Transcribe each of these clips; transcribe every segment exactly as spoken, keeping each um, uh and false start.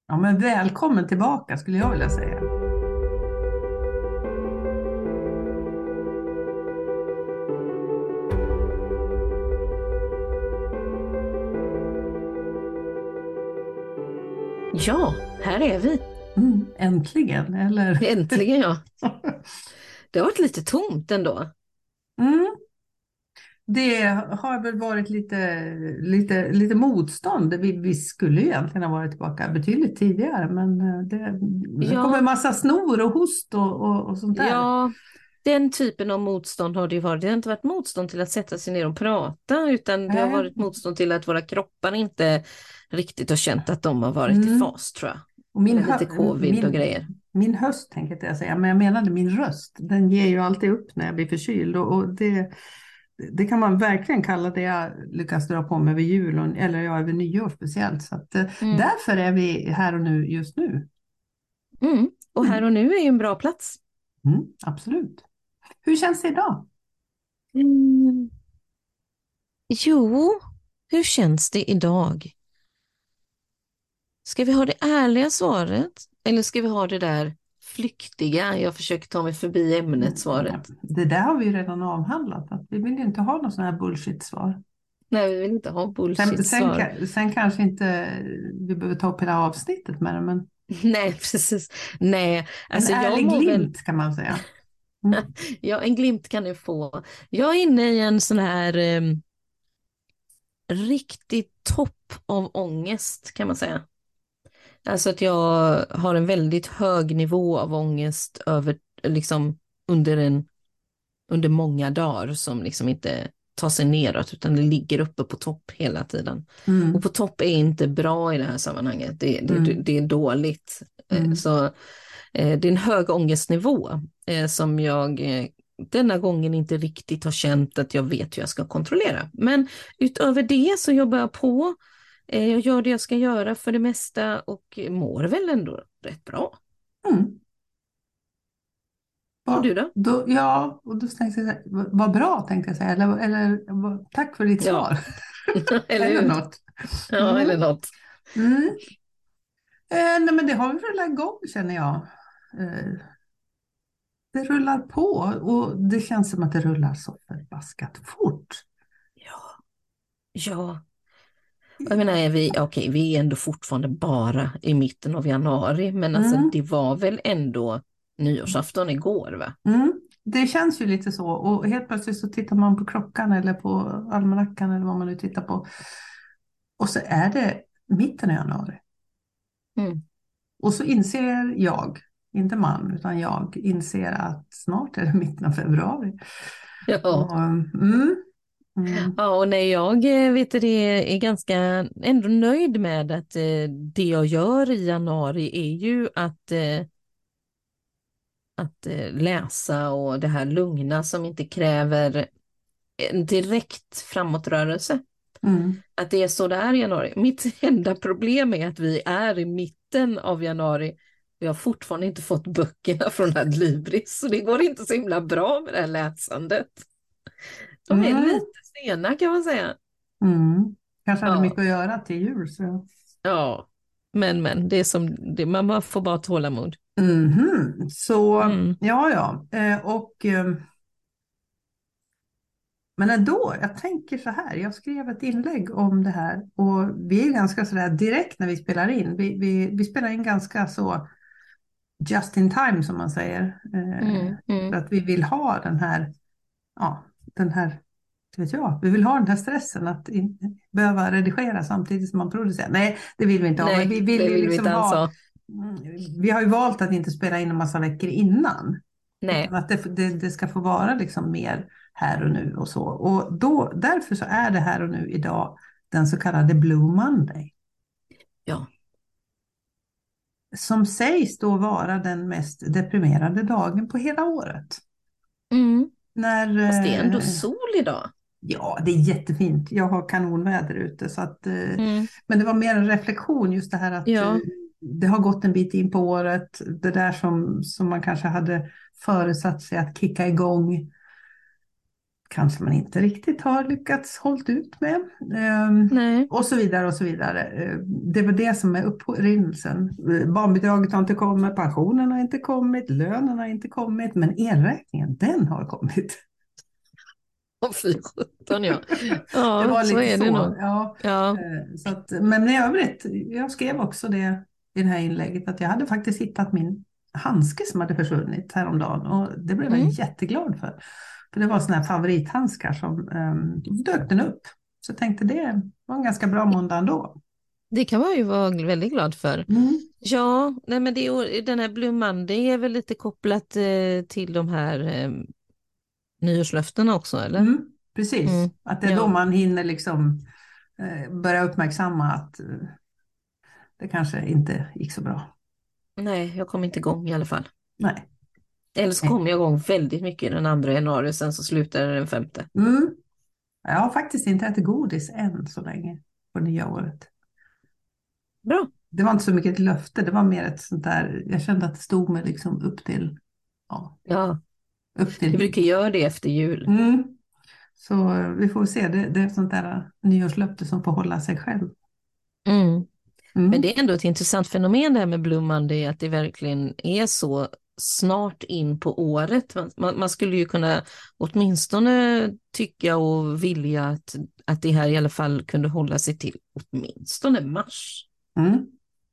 Ja, men välkommen tillbaka skulle jag vilja säga. Ja, här är vi. Mm, äntligen, eller? Äntligen ja. Det har varit lite tomt ändå. Mm, det har väl varit lite, lite, lite motstånd. Vi, vi skulle ju egentligen ha varit tillbaka betydligt tidigare, men eh, det, det kommer en Ja, massa snor och host och, och, och sånt där. ja, den typen av motstånd har det ju varit. Det har inte varit motstånd till att sätta sig ner och prata, utan det har Äh, varit motstånd till att våra kroppar inte riktigt har känt att de har varit i mm. fas, tror jag. Och min, Med hö, lite covid och min, grejer. min höst tänkte jag säga, men jag menade min röst. Den ger ju alltid upp när jag blir förkyld och, och det, det kan man verkligen kalla det jag lyckas dra på mig över jul och, eller ja, över nyår speciellt. Så att, eh, Mm. därför är vi här och nu just nu. Mm. Och här Mm. och nu är ju en bra plats. Mm, absolut. Hur känns det idag? Mm. Jo, hur känns det idag? Ska vi ha det ärliga svaret eller ska vi ha det där flyktiga, jag försöker ta mig förbi ämnet Mm, ja, svaret? det där har vi ju redan avhandlat. Att vi vill ju inte ha någon sån här bullshit-svar. Nej, vi vill inte ha Sen, sen, bullshit-svar. ka- sen kanske inte vi behöver ta upp hela avsnittet med det, men Nej, precis. Nej, en alltså jag ärlig mår väl, glimt kan man säga. Mm. ja, en glimt kan du få. Jag är inne i en sån här eh, riktig topp av ångest kan man säga. Alltså att jag har en väldigt hög nivå av ångest över, liksom under en under många dagar som liksom inte tar sig neråt utan det ligger uppe på topp hela tiden. Och Mm. på topp är inte bra i det här sammanhanget, det, det, Mm. det är dåligt. Eh, Mm. Så eh, det är en hög ångestnivå eh, som jag eh, denna gången inte riktigt har känt att jag vet hur jag ska kontrollera. Men utöver det så jobbar jag på. Eh, Jag gör det jag ska göra för det mesta och mår väl ändå rätt bra. Mm. Och Va, du då? då, ja, och då tänkte jag, vad vad bra tänkte jag säga, eller, eller vad- tack för ditt Ja, svar, eller eller hur? något. Ja, Mm. eller något. Mm. Eh, nej, men det har vi rullat igång känner jag. Eh, det rullar på och det känns som att det rullar så förbaskat fort. Ja, ja. Jag menar, är vi, okej, vi är ändå fortfarande bara i mitten av januari, men alltså Mm. det var väl ändå nyårsafton igår, va? Mm. Det känns ju lite så och helt plötsligt så tittar man på klockan eller på almanackan eller vad man nu tittar på och så är det mitten av januari. Mm. Och så inser jag, inte man, utan jag inser att snart är det mitten av februari. Ja. Och, mm, mm, Ja, och när jag eh, vet du, det är ganska ändå nöjd med att eh, det jag gör i januari är ju att, eh, att eh, läsa och det här lugna som inte kräver en direkt framåtrörelse. mm. Att det är så det är i januari. Mitt enda problem är att vi är i mitten av januari. Vi har fortfarande inte fått böckerna från Adlibris, så det går inte så himla bra med det här läsandet. De är Mm, lite sena kan man säga. mm. Kanske hade mycket Ja, att göra till jul. Så. ja. Men, men, det är som, det, man bara får bara tålamod. Mhm. Så, Mm. ja, ja. Eh, och, eh, men ändå, jag tänker så här. Jag skrev ett inlägg om det här och vi är ganska sådär direkt när vi spelar in. Vi, vi, vi spelar in ganska så just in time som man säger. Eh, Mm, för mm. att vi vill ha den här, ja, den här, inte vet jag, vi vill ha den här stressen att in, behöva redigera samtidigt som man producerar. Nej, det vill vi inte ha, men Nej, vi vill det ju vill vi liksom inte alls ha, ha. mm, vi har ju valt att inte spela in en massa veckor innan, utan Nej, att det, det, det ska få vara liksom mer här och nu och så. Och då, därför så är det här och nu idag den så kallade Blue Monday, ja. som sägs då vara den mest deprimerande dagen på hela året. Mm. När, Fast det är ändå eh, sol idag. ja, det är jättefint. Jag har kanonväder ute. Så att, eh, Mm. men det var mer en reflektion just det här att eh, Ja, det har gått en bit in på året. Det där som, som man kanske hade föresatt sig att kicka igång kanske man inte riktigt har lyckats hållt ut med. Ehm, Nej. och så vidare och så vidare. Ehm, det är väl det som är upprinnelsen. Ehm, Barnbidraget har inte kommit, pensionen har inte kommit, lönen har inte kommit, men elräkningen, den har kommit. Åh, fy sjutton, ja. Det Ja, var så lite är det så. nog. Ja. Ja. Ehm, så att, men i övrigt, jag skrev också det i det här inlägget, att jag hade faktiskt hittat min handske som hade försvunnit häromdagen, och det blev jag Mm. jätteglad för. För det var såna här favorithandskar som um, dök den upp. Så jag tänkte det var en ganska bra måndag ändå. Det kan man ju vara väldigt glad för. Mm. Ja, nej men det är, den här Blue Monday är väl lite kopplat eh, till de här eh, nyårslöftena också, eller? Mm, precis, Mm. att det är då Ja, man hinner liksom eh, börja uppmärksamma att eh, det kanske inte gick så bra. nej, jag kom inte igång i alla fall. Nej. Eller så kom jag igång väldigt mycket den andra januari, sen så slutade det den femte. Mm. Jag har faktiskt inte ätit godis än så länge på nya året. Bra. Det var inte så mycket ett löfte, det var mer ett sånt där, jag kände att det stod mig liksom upp till, ja, Ja, upp vi till brukar hit. göra det efter jul. Mm. Så eh, vi får se, det, det är ett sånt där nyårslöfte som får hålla sig själv. Mm. Men Mm. det är ändå ett intressant fenomen det här med Blue Monday, att det verkligen är så snart in på året. Man, man skulle ju kunna åtminstone tycka och vilja att, att det här i alla fall kunde hålla sig till åtminstone mars. Mm.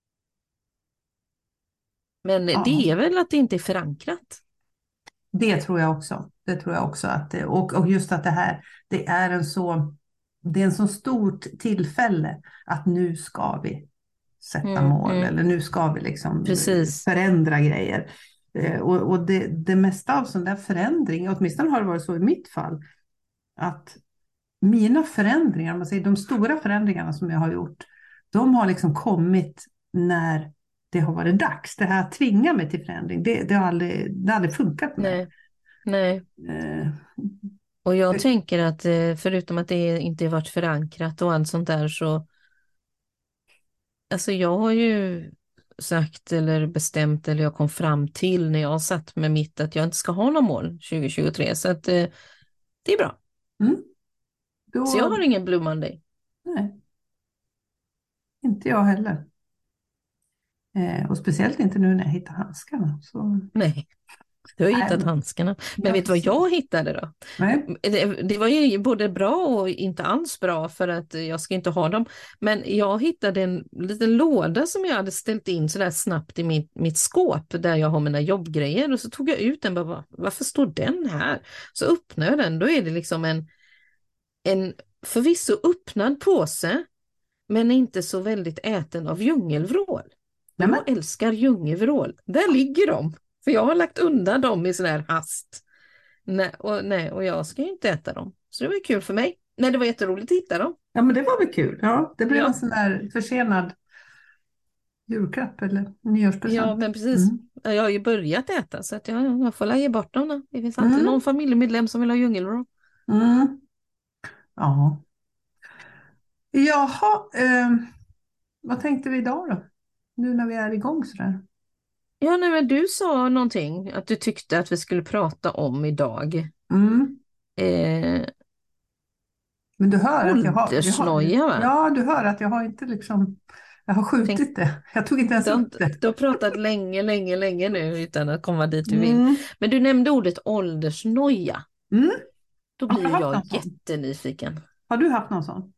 Men Ja. det är väl att det inte är förankrat. Det tror jag också. Det tror jag också att det, och, och just att det här, det är en så, det är en så stort tillfälle att nu ska vi sätta Mm, mål, mm, eller nu ska vi liksom eh, precis. förändra grejer. Eh, Och, och det, det mesta av sån där förändring, åtminstone har det varit så i mitt fall, att mina förändringar, man säger de stora förändringarna som jag har gjort, de har liksom kommit när det har varit dags. Det här att tvinga mig till förändring, det, det har aldrig, det har aldrig funkat med. Nej, nej. Eh, Och jag tänker att eh, förutom att det inte har varit förankrat och allt sånt där, så alltså jag har ju sagt eller bestämt, eller jag kom fram till när jag satt med mitt, att jag inte ska ha några mål tjugo tjugotre, så att eh, det är bra. mm, Så jag då, har ingen Blue Monday. nej, inte jag heller. Eh, och speciellt inte nu när jag hittar handskarna. Så, Nej, du har nej, hittat men, handskarna. Men ja, vet du vad precis. jag hittade då? Nej. Det, det var ju både bra och inte alls bra, för att jag ska inte ha dem. Men jag hittade en liten låda som jag hade ställt in sådär snabbt i mitt, mitt skåp där jag har mina jobbgrejer. Och så tog jag ut den och bara, varför står den här? Så öppnade jag den, då är det liksom en, en förvisso öppnad påse, men inte så väldigt äten av djungelvrål. Och Nämen. jag älskar djungelvrål. Där ligger de. För jag har lagt undan dem i sån här hast. Nej och, nej, och jag ska ju inte äta dem. Så det var ju kul för mig. Nej, det var jätteroligt att hitta dem. Ja, men det var väl kul. Ja, det blev en Ja, sån där försenad julklapp eller ja, nyårspresent. men precis. Mm. Jag har ju börjat äta, så att jag, jag får la ge bort dem då. Det finns alltid Mm. någon familjemedlem som vill ha djungelvrål. Mm. Ja. Jaha, eh, vad tänkte vi idag då? Nu när vi är igång sådär. Ja, nej, men du sa någonting att du tyckte att vi skulle prata om idag. Mm. Eh, Men du hör att jag har, jag har, åldersnoja, va? ja, du hör att jag har inte liksom, jag har Tänk, skjutit det. Jag tog inte ens du, har, upp det. du har pratat länge, länge, länge nu utan att komma dit du vill. Mm. Men du nämnde ordet åldersnoja. Mm. Då Har du blir haft jag någon sån? jättenyfiken. Har du haft någon sån?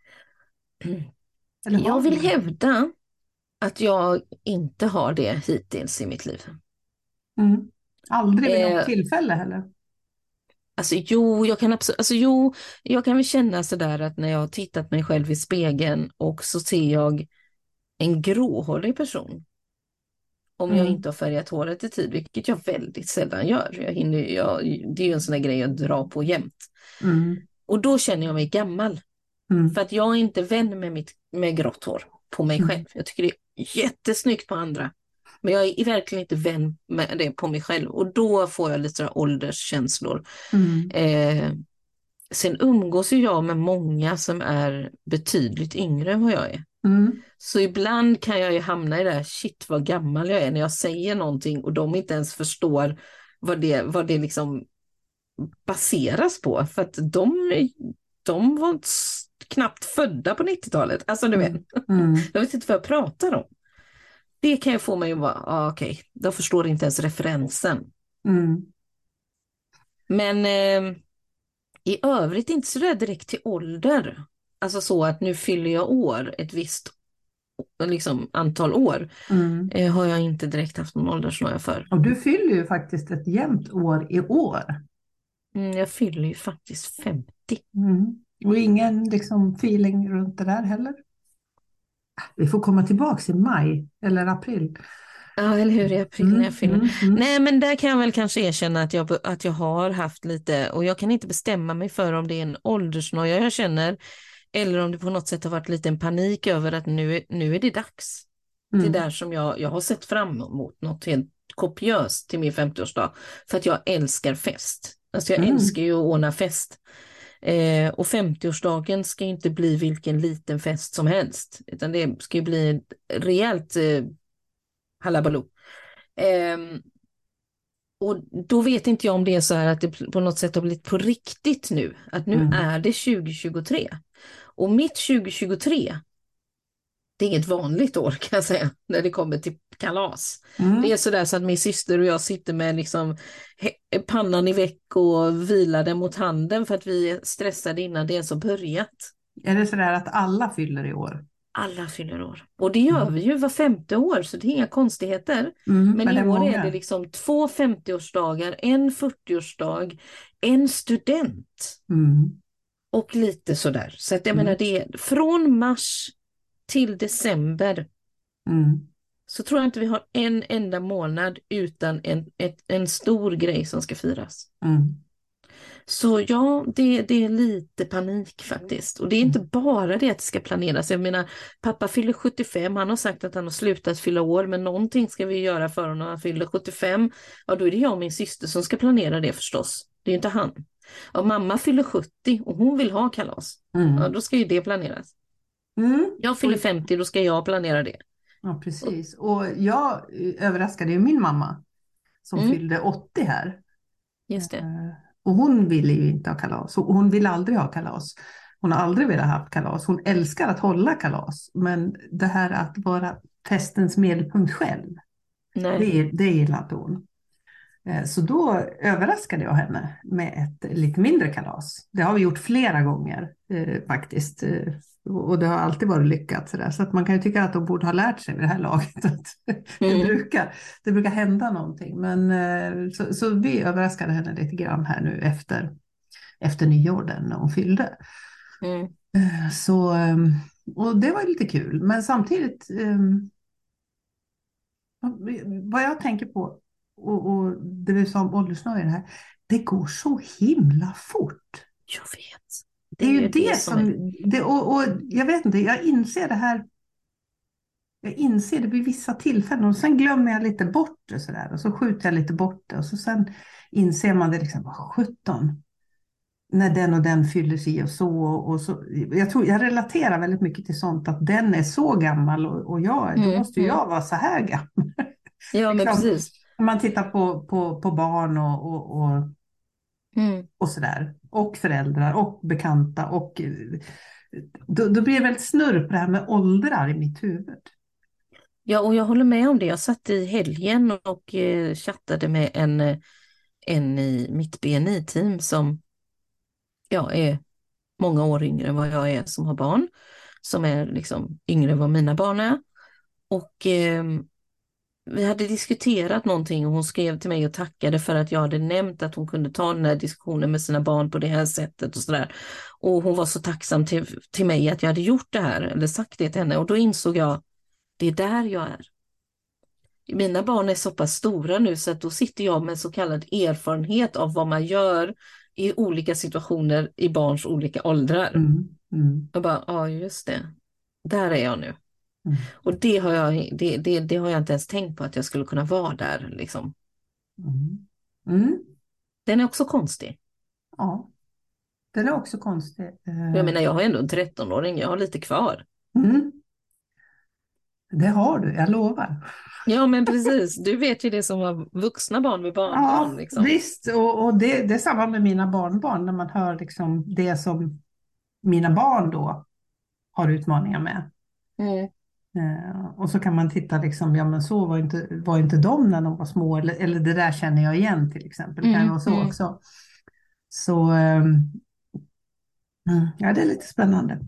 Eller Jag har du vill det? hävda att jag inte har det hittills i mitt liv. Mm. Aldrig vid något Eh, tillfälle heller? alltså jo, jag kan absolut, alltså jo, jag kan väl känna sådär att när jag har tittat mig själv i spegeln och så ser jag en gråhårig person. Om jag Mm. inte har färgat håret i tid, vilket jag väldigt sällan gör. Jag hinner, jag, det är ju en sån där grej jag drar på jämt. Mm. Och då känner jag mig gammal. Mm. För att jag är inte vän med, mitt, med grått hår på mig Mm. själv. Jag tycker det är jättesnyggt på andra. Men jag är verkligen inte vän med det på mig själv. Och då får jag lite sådär ålderskänslor. Mm. Eh, sen umgås ju jag med många som är betydligt yngre än vad jag är. Mm. Så ibland kan jag ju hamna i det här, shit vad gammal jag är när jag säger någonting och de inte ens förstår vad det, vad det liksom baseras på. För att de, de var inte s- knappt födda på nittiotalet. Alltså du vet, Mm. Mm. jag vet inte vad jag pratar om. Det kan ju få mig att vara, ah, okej, okay, de förstår inte ens referensen. Mm. Men eh, i övrigt inte så där direkt till ålder. Alltså så att nu fyller jag år, ett visst liksom, antal år. Mm. Eh, har jag inte direkt haft någon åldersnoja för. Och du fyller ju faktiskt ett jämnt år i år. Mm, jag fyller ju faktiskt femtio. Mm. Och ingen liksom feeling runt det där heller. Vi får komma tillbaks i maj eller april. Ja, eller hur, i april när jag Mm. fyller. Mm. Mm. Nej, men där kan jag väl kanske erkänna att jag, att jag har haft lite, och jag kan inte bestämma mig för om det är en åldersnoja jag känner, eller om det på något sätt har varit lite en panik över att nu, nu är det dags. Det är Mm. där som jag, jag har sett fram emot något helt kopiöst till min femtioårsdag. För att jag älskar fest. Alltså jag Mm. älskar ju att ordna fest. Eh, och femtioårsdagen ska ju inte bli vilken liten fest som helst. Utan det ska ju bli ett rejält eh, halabaloo. Ehm, och då vet inte jag om det är så här att det på något sätt har blivit på riktigt nu. Att nu Mm. är det tjugo tjugotre. Och mitt tjugo tjugotre, det är inget vanligt år kan jag säga, när det kommer till kalas. Mm. Det är sådär så att min syster och jag sitter med liksom he- pannan i veck och vilar den mot handen för att vi är stressade innan det ens har börjat. Är det sådär att alla fyller i år? Alla fyller år. Och det gör Mm. vi ju var femte år, så det är inga konstigheter. Mm. Men Men det i är år är många. det liksom två femtioårsdagar, en fyrtioårsdag, en student Mm. och lite sådär. Så att jag Mm. menar det är från mars till december Mm. så tror jag inte vi har en enda månad utan en, ett, en stor grej som ska firas. Mm. Så ja, det, det är lite panik faktiskt. Och det är inte bara det att det ska planeras. Jag menar, pappa fyller sjuttiofem, han har sagt att han har slutat fylla år, men någonting ska vi göra för honom när han fyller sjuttiofem. Ja, då är det jag och min syster som ska planera det förstås. Det är ju inte han. Och mamma fyller sjuttio och hon vill ha kalas. Mm. Ja, då ska ju det planeras. Mm. Jag fyller femtio, då ska jag planera det. Ja, precis. Och jag eh, överraskade ju min mamma som Mm, fyllde åttio här. just det. Eh, Och hon ville ju inte ha kalas. Och hon ville aldrig ha kalas. Hon har aldrig velat ha kalas. Hon älskar att hålla kalas. Men det här att vara festens medelpunkt själv, Nej. det, det gillar inte hon. Eh, Så då överraskade jag henne med ett lite mindre kalas. Det har vi gjort flera gånger eh, faktiskt. Eh, och det har alltid varit lyckat. Sådär. Så att man kan ju tycka att de borde ha lärt sig vid det här laget. Att det, Mm. brukar, det brukar hända någonting. Men, eh, så, så vi överraskade henne lite grann här nu efter, efter nyår den, när hon fyllde. Mm. Eh, Så, eh, och det var lite kul. Men samtidigt, eh, vad jag tänker på, och, och det vi sa om åldersnöje här, det går så himla fort. Jag vet. Det är ju är det, som, är... det, och, och jag vet inte, jag inser det här, jag inser det vid vissa tillfällen och sen glömmer jag lite bort det sådär och så skjuter jag lite bort det och så sen inser man det liksom, vad sjutton, när den och den fyller sig och så och så. Jag tror, jag relaterar väldigt mycket till sånt, att den är så gammal och, och jag, då Mm, måste ju mm. jag vara så här gammal. Ja, men Liksom, precis. om man tittar på, på, på barn och, och, och, Mm. och sådär, och föräldrar och bekanta, och då, då blir det väldigt snurr på det här med åldrar i mitt huvud. Ja, och jag håller med om det. Jag satt i helgen och eh, chattade med en, eh, en i mitt B N I-team som ja, är många år yngre än vad jag är som har barn. Som är liksom yngre än vad mina barn är. Och eh, vi hade diskuterat någonting och hon skrev till mig och tackade för att jag hade nämnt att hon kunde ta den här diskussionen med sina barn på det här sättet och sådär. Och hon var så tacksam till, till mig att jag hade gjort det här eller sagt det till henne. Och då insåg jag, det är där jag är. Mina barn är så pass stora nu så att då sitter jag med så kallad erfarenhet av vad man gör i olika situationer i barns olika åldrar. Mm, mm, Och bara, ja just det, där är jag nu. mm, Och det har jag, det, det, det har jag inte ens tänkt på att jag skulle kunna vara där. Liksom. mm, mm. Den är också konstig. Ja, den är också konstig. Jag menar, jag har ändå en trettonåring, jag har lite kvar. Mm. Det har du, jag lovar. Ja, men precis. Du vet ju det som var vuxna barn med barnbarn Ja, liksom. visst. Och, och det, det är samma med mina barnbarn när man hör liksom det som mina barn då har utmaningar med. Mm. Eh, och så kan man titta liksom, ja men så var inte, var inte de när de var små, eller, eller det där känner jag igen till exempel. Det kan ju Mm, vara så mm. också. Så ehm, mm, ja, det är lite spännande.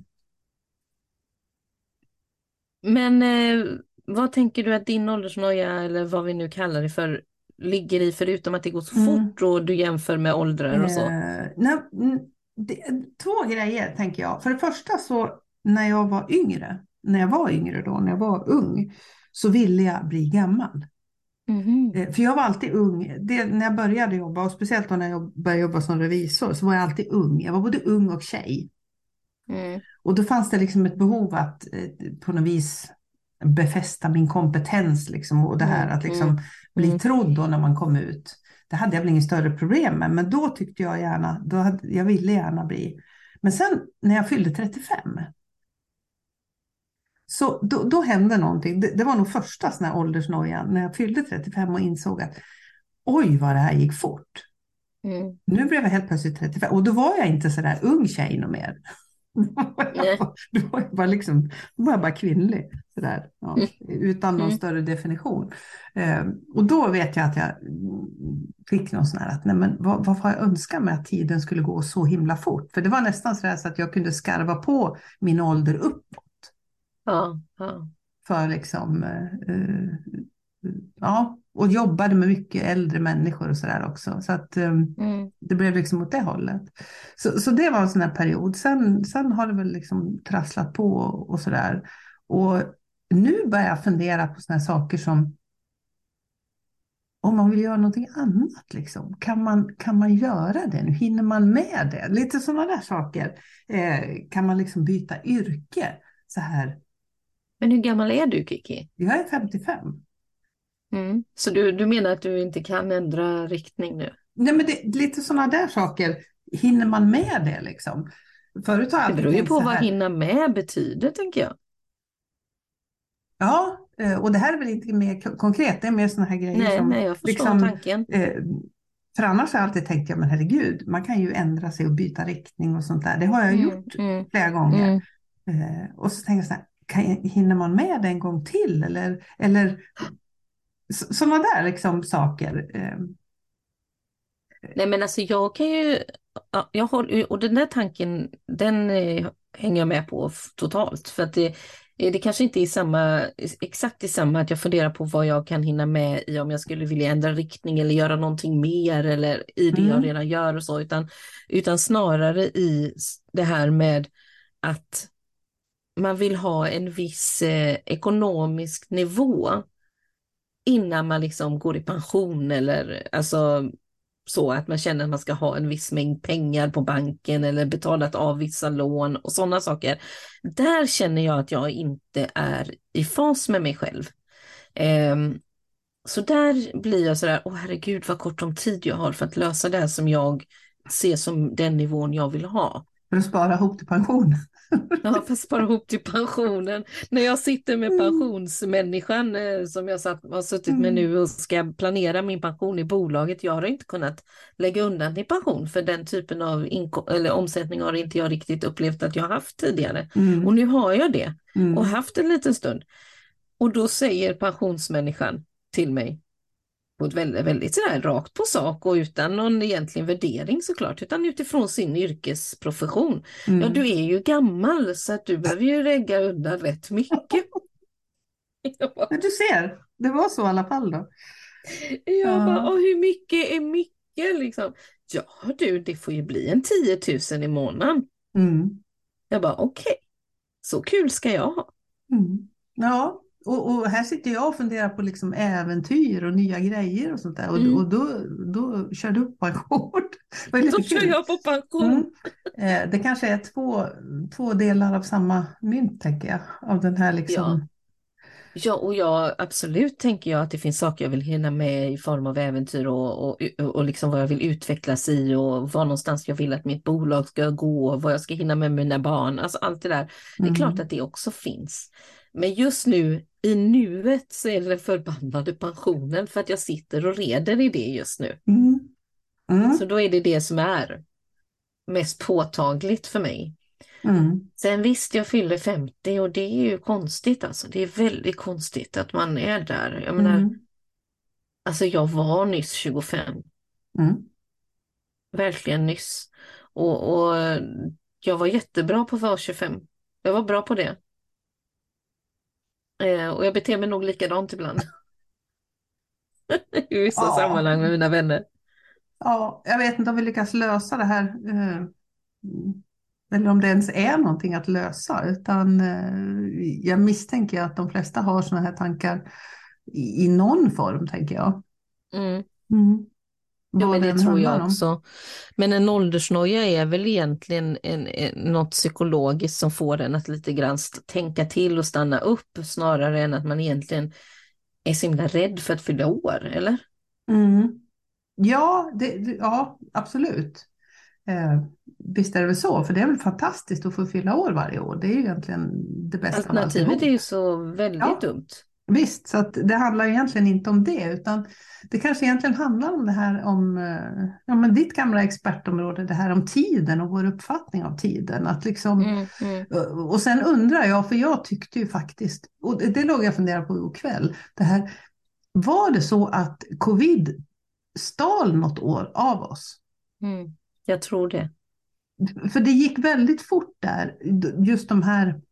Men eh, vad tänker du att din åldersnoja, eller vad vi nu kallar det för, ligger i, förutom att det går så Mm. fort och du jämför med åldrar och så? Eh, nej, mm, det, två grejer tänker jag. För det första så när jag var yngre, när jag var yngre då, när jag var ung, så ville jag bli gammal. Mhm. Eh, För jag var alltid ung. Det, när jag började jobba, och speciellt då när jag började jobba som revisor, så var jag alltid ung. Jag var både ung och tjej. Mm. Och då fanns det liksom ett behov att eh, på något vis befästa min kompetens liksom, och det här Mm. att Mm. liksom bli Mm. trodd då när man kom ut. Det hade jag väl ingen större problem med, men då tyckte jag gärna, då hade, jag ville gärna bli. Men sen när jag fyllde trettiofem, så då, då hände någonting. Det, det var nog första sån här åldersnojan när jag fyllde trettiofem och insåg att oj vad det här gick fort. Mm. Nu blev jag helt plötsligt trettiofem och då var jag inte så där ung tjej någon mer. Då var jag Nej. bara, då var jag bara, liksom, då var jag bara kvinnlig, sådär, ja, Mm. utan någon Mm. större definition. Eh, och då vet jag att jag fick någon sån här att nej, men vad, vad får jag önska mig att tiden skulle gå så himla fort? För det var nästan så, där så att jag kunde skarva på min ålder uppåt Ja, ja. för liksom, eh, eh, ja, och jobbade med mycket äldre människor och sådär också. Så att eh, Mm. det blev liksom åt det hållet. Så, så det var en sån här period. Sen, sen har det väl liksom trasslat på och sådär. Och nu börjar jag fundera på såna här saker som om man vill göra någonting annat liksom. Kan man, kan man göra det? Nu hinner man med det? Lite sådana där saker. Eh, kan man liksom byta yrke så här? Men hur gammal är du, Kiki? Jag är femtiofem. Mm. Så du, du menar att du inte kan ändra riktning nu? Nej, men det, lite sådana där saker. Hinner man med det liksom? Förut har jag Det alltid beror ju tänkt på så vad här. hinna med betyder, tänker jag. Ja, eh, och det här är väl inte mer k- konkret. Det är mer sådana här grejer Nej, som nej, jag förstår liksom. tanken. Eh, för annars har jag alltid tänkt, ja men herregud, man kan ju ändra sig och byta riktning och sånt där. Det har jag Mm, gjort mm, flera gånger. mm. Eh, och så tänker jag så här, kan, hinner man med det en gång till? Eller, eller sådana där liksom saker. Eh, Nej, men alltså jag kan ju, ja, jag har, och den där tanken, den eh, hänger jag med på f- totalt. För att det, eh, det kanske inte är samma, exakt i samma att jag funderar på vad jag kan hinna med i om jag skulle vilja ändra riktning eller göra någonting mer eller i det jag mm, redan gör och så, utan, utan snarare i s- det här med att man vill ha en viss eh, ekonomisk nivå innan man liksom går i pension eller alltså så att man känner att man ska ha en viss mängd pengar på banken eller betalat av vissa lån och sådana saker. Där känner jag att jag inte är i fas med mig själv. Ehm, så där blir jag sådär, åh herregud vad kort om tid jag har för att lösa det här som jag ser som den nivån jag vill ha. för att spara ihop till pension. Ja, för att spara ihop till pensionen. När jag sitter med Mm, pensionsmänniskan eh, som jag satt, har suttit med mm, nu och ska planera min pension i bolaget. Jag har inte kunnat lägga undan till pension för den typen av inko- eller omsättning har inte jag riktigt upplevt att jag har haft tidigare. Och mm, nu har jag det och mm. haft en liten stund. Och då säger pensionsmänniskan till mig på ett väldigt, väldigt sådär rakt på sak och utan någon egentlig värdering såklart, utan utifrån sin yrkesprofession. Ja, Mm. du är ju gammal så att du behöver ju lägga undan rätt mycket. Jag bara, Men du ser, det var så i alla fall då. jag bara Ja. och hur mycket är mycket liksom? Ja du, det får ju bli en tio tusen i månaden. Mm. Jag bara okej, så kul ska jag ha. Mm. Ja, och, och här sitter jag och funderar på liksom äventyr och nya grejer och sånt där. Och, och Mm. då, då kör du upp ackord. Det var ju Då lite kör kul. jag på pension. Mm. Eh, det kanske är två, två delar av samma mynt, tänker jag. Av den här Ja. liksom. Ja, och jag absolut tänker jag att det finns saker jag vill hinna med i form av äventyr och, och, och liksom vad jag vill utvecklas i och var någonstans jag vill att mitt bolag ska gå och vad jag ska hinna med mina barn. Alltså allt det där. Det är klart Mm. att det också finns. Men just nu i nuet så är det den förbannade pensionen för att jag sitter och reder i det just nu. Mm. Så Mm. då är det det som är mest påtagligt för mig. Mm. Sen visst, jag fyller femtio och det är ju konstigt alltså. Det är väldigt konstigt att man är där. Jag menar, Mm. alltså jag var nyss tjugofem. Mm. Verkligen nyss. Och, och jag var jättebra på att vara tjugofem. Jag var bra på det. Eh, och jag beter mig nog likadant ibland. I vissa Ja. sammanhang med mina vänner. Ja, jag vet inte om vi lyckas lösa det här. eh, mm, Eller om det ens är någonting att lösa. Utan eh, jag misstänker att de flesta har sådana här tankar i, i någon form, tänker jag. Mm. Mm. Ja, Vad men det det än tror jag handlar om. också. Men en åldersnoja är väl egentligen en, en, något psykologiskt som får en att lite grann st- tänka till och stanna upp snarare än att man egentligen är så himla rädd för att fylla år, eller? Mm. Ja, det, det- ja, absolut. Eh, visst är det väl så, för det är väl fantastiskt att få fylla år varje år. Det är ju egentligen det bästa av Alternativet är alltihop. ju så väldigt Ja, dumt. visst, så att det handlar egentligen inte om det, utan det kanske egentligen handlar om det här om eh, ja, men ditt gamla expertområde, det här om tiden och vår uppfattning av tiden. Att liksom, Mm, mm, eh, och sen undrar jag, för jag tyckte ju faktiskt, och det, det låg jag och funderade på ikväll, det här, var det så att covid stal något år av oss? mm. Jag tror det. För det gick väldigt fort där, just de här,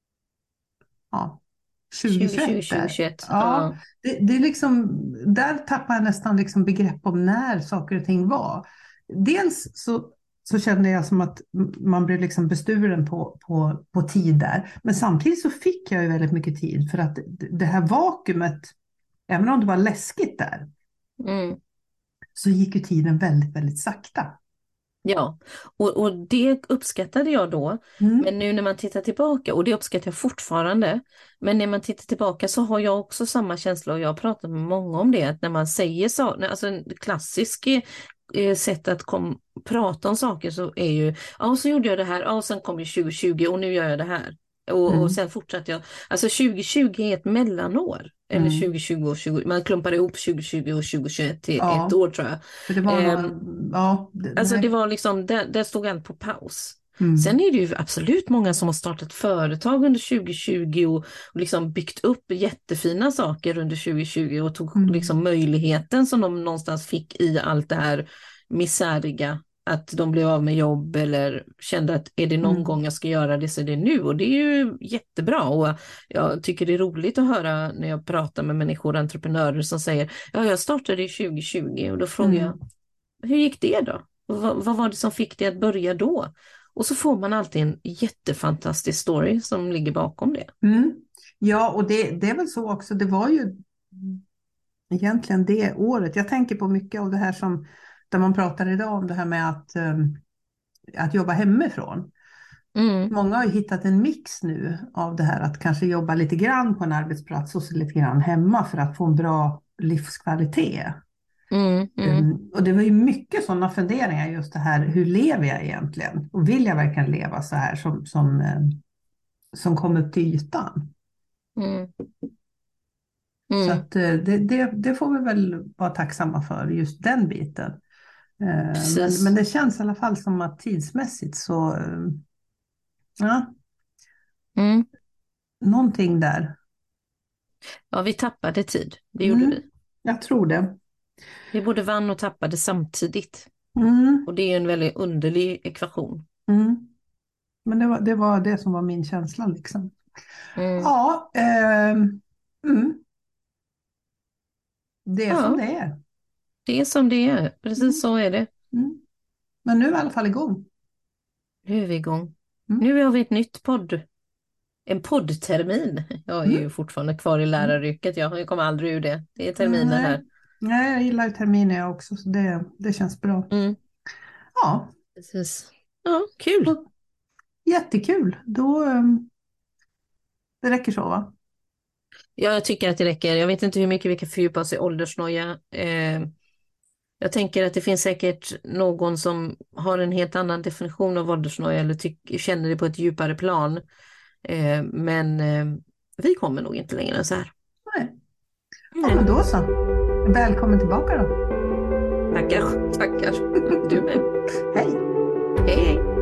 ja, tjugo tjugo, tjugohundratjugoett där. tjugohundratjugoett. Ja, Ja. det, det är liksom, där tappar jag nästan liksom begrepp om när saker och ting var. Dels så, så kände jag som att man blev liksom besturen på, på, på tid där. Men samtidigt så fick jag ju väldigt mycket tid för att det här vakuumet, även om det var läskigt där, Mm. så gick ju tiden väldigt, väldigt sakta. Ja, och, och det uppskattade jag då, Mm. men nu när man tittar tillbaka, och det uppskattar jag fortfarande, men när man tittar tillbaka så har jag också samma känsla och jag har pratat med många om det, att när man säger så, alltså en klassisk eh, sätt att kom, prata om saker så är ju, ja så gjorde jag det här, ja och sen kom ju tjugo tjugo och nu gör jag det här. Och, och Mm. sen fortsatte jag, alltså tjugo tjugo är ett mellanår, eller Mm. tjugo tjugo och tjugo, man klumpar ihop tjugo tjugo och tjugo tjugoett till ett Ja, år tror jag. för det var Ehm, några, ja, det, Alltså det nej. var liksom, där, där stod allt på paus. Mm. Sen är det ju absolut många som har startat företag under tjugo tjugo och, och liksom byggt upp jättefina saker under tjugo tjugo och tog Mm. liksom möjligheten som de någonstans fick i allt det här misäriga. Att de blev av med jobb eller kände att är det någon Mm. gång jag ska göra det så är det nu. Och det är ju jättebra och jag tycker det är roligt att höra när jag pratar med människor, entreprenörer som säger ja jag startade i tjugo tjugo och då frågar Mm. jag hur gick det då? Och vad, vad var det som fick dig att börja då? Och så får man alltid en jättefantastisk story som ligger bakom det. Mm. Ja, och det, det är väl så också. Det var ju egentligen det året. Jag tänker på mycket av det här som där man pratar idag om det här med att, um, att jobba hemifrån. Mm, Många har ju hittat en mix nu av det här att kanske jobba lite grann på en arbetsplats och så lite grann hemma för att få en bra livskvalitet. mm, mm, Um, och det var ju mycket sådana funderingar just det här, hur lever jag egentligen? Och vill jag verkligen leva så här som, som, um, som kom upp till ytan? mm, Så mm. att eh, det, det, det får vi väl vara tacksamma för, just den biten. Eh, Men, men Precis. det känns i alla fall som att tidsmässigt så, eh, ja, Mm. någonting där. Ja, vi tappade tid. Det gjorde Mm, vi. jag tror det. Vi både vann och tappade samtidigt. Mm, Och det är en väldigt underlig ekvation. mm. Men det var, det var det som var min känsla liksom. Mm. Ja, eh, mm, det är som Ja, det är. det är som det är. Precis Mm, så är det. mm. Men nu är vi i alla fall igång. Nu är vi igång. Mm, Nu har vi ett nytt podd. En poddtermin. Jag är mm, ju fortfarande kvar i mm. läraryrket. Jag, jag kommer aldrig ur det. Det är Mm, terminen nej. här. Nej, jag gillar ju terminer jag också, så det, det känns bra. Mm. Ja, Precis. Ja, kul. jättekul. Då, ehm, det räcker så va? Ja, jag tycker att det räcker. Jag vet inte hur mycket vi kan fördjupa oss i åldersnoja. Eh, jag tänker att det finns säkert någon som har en helt annan definition av åldersnoja eller tyck, känner det på ett djupare plan. Eh, men eh, vi kommer nog inte längre än så här. Nej. Ja, Nej. men då så. Välkommen tillbaka då. Tackar, tackar. Du med. Hej. Hej, hej.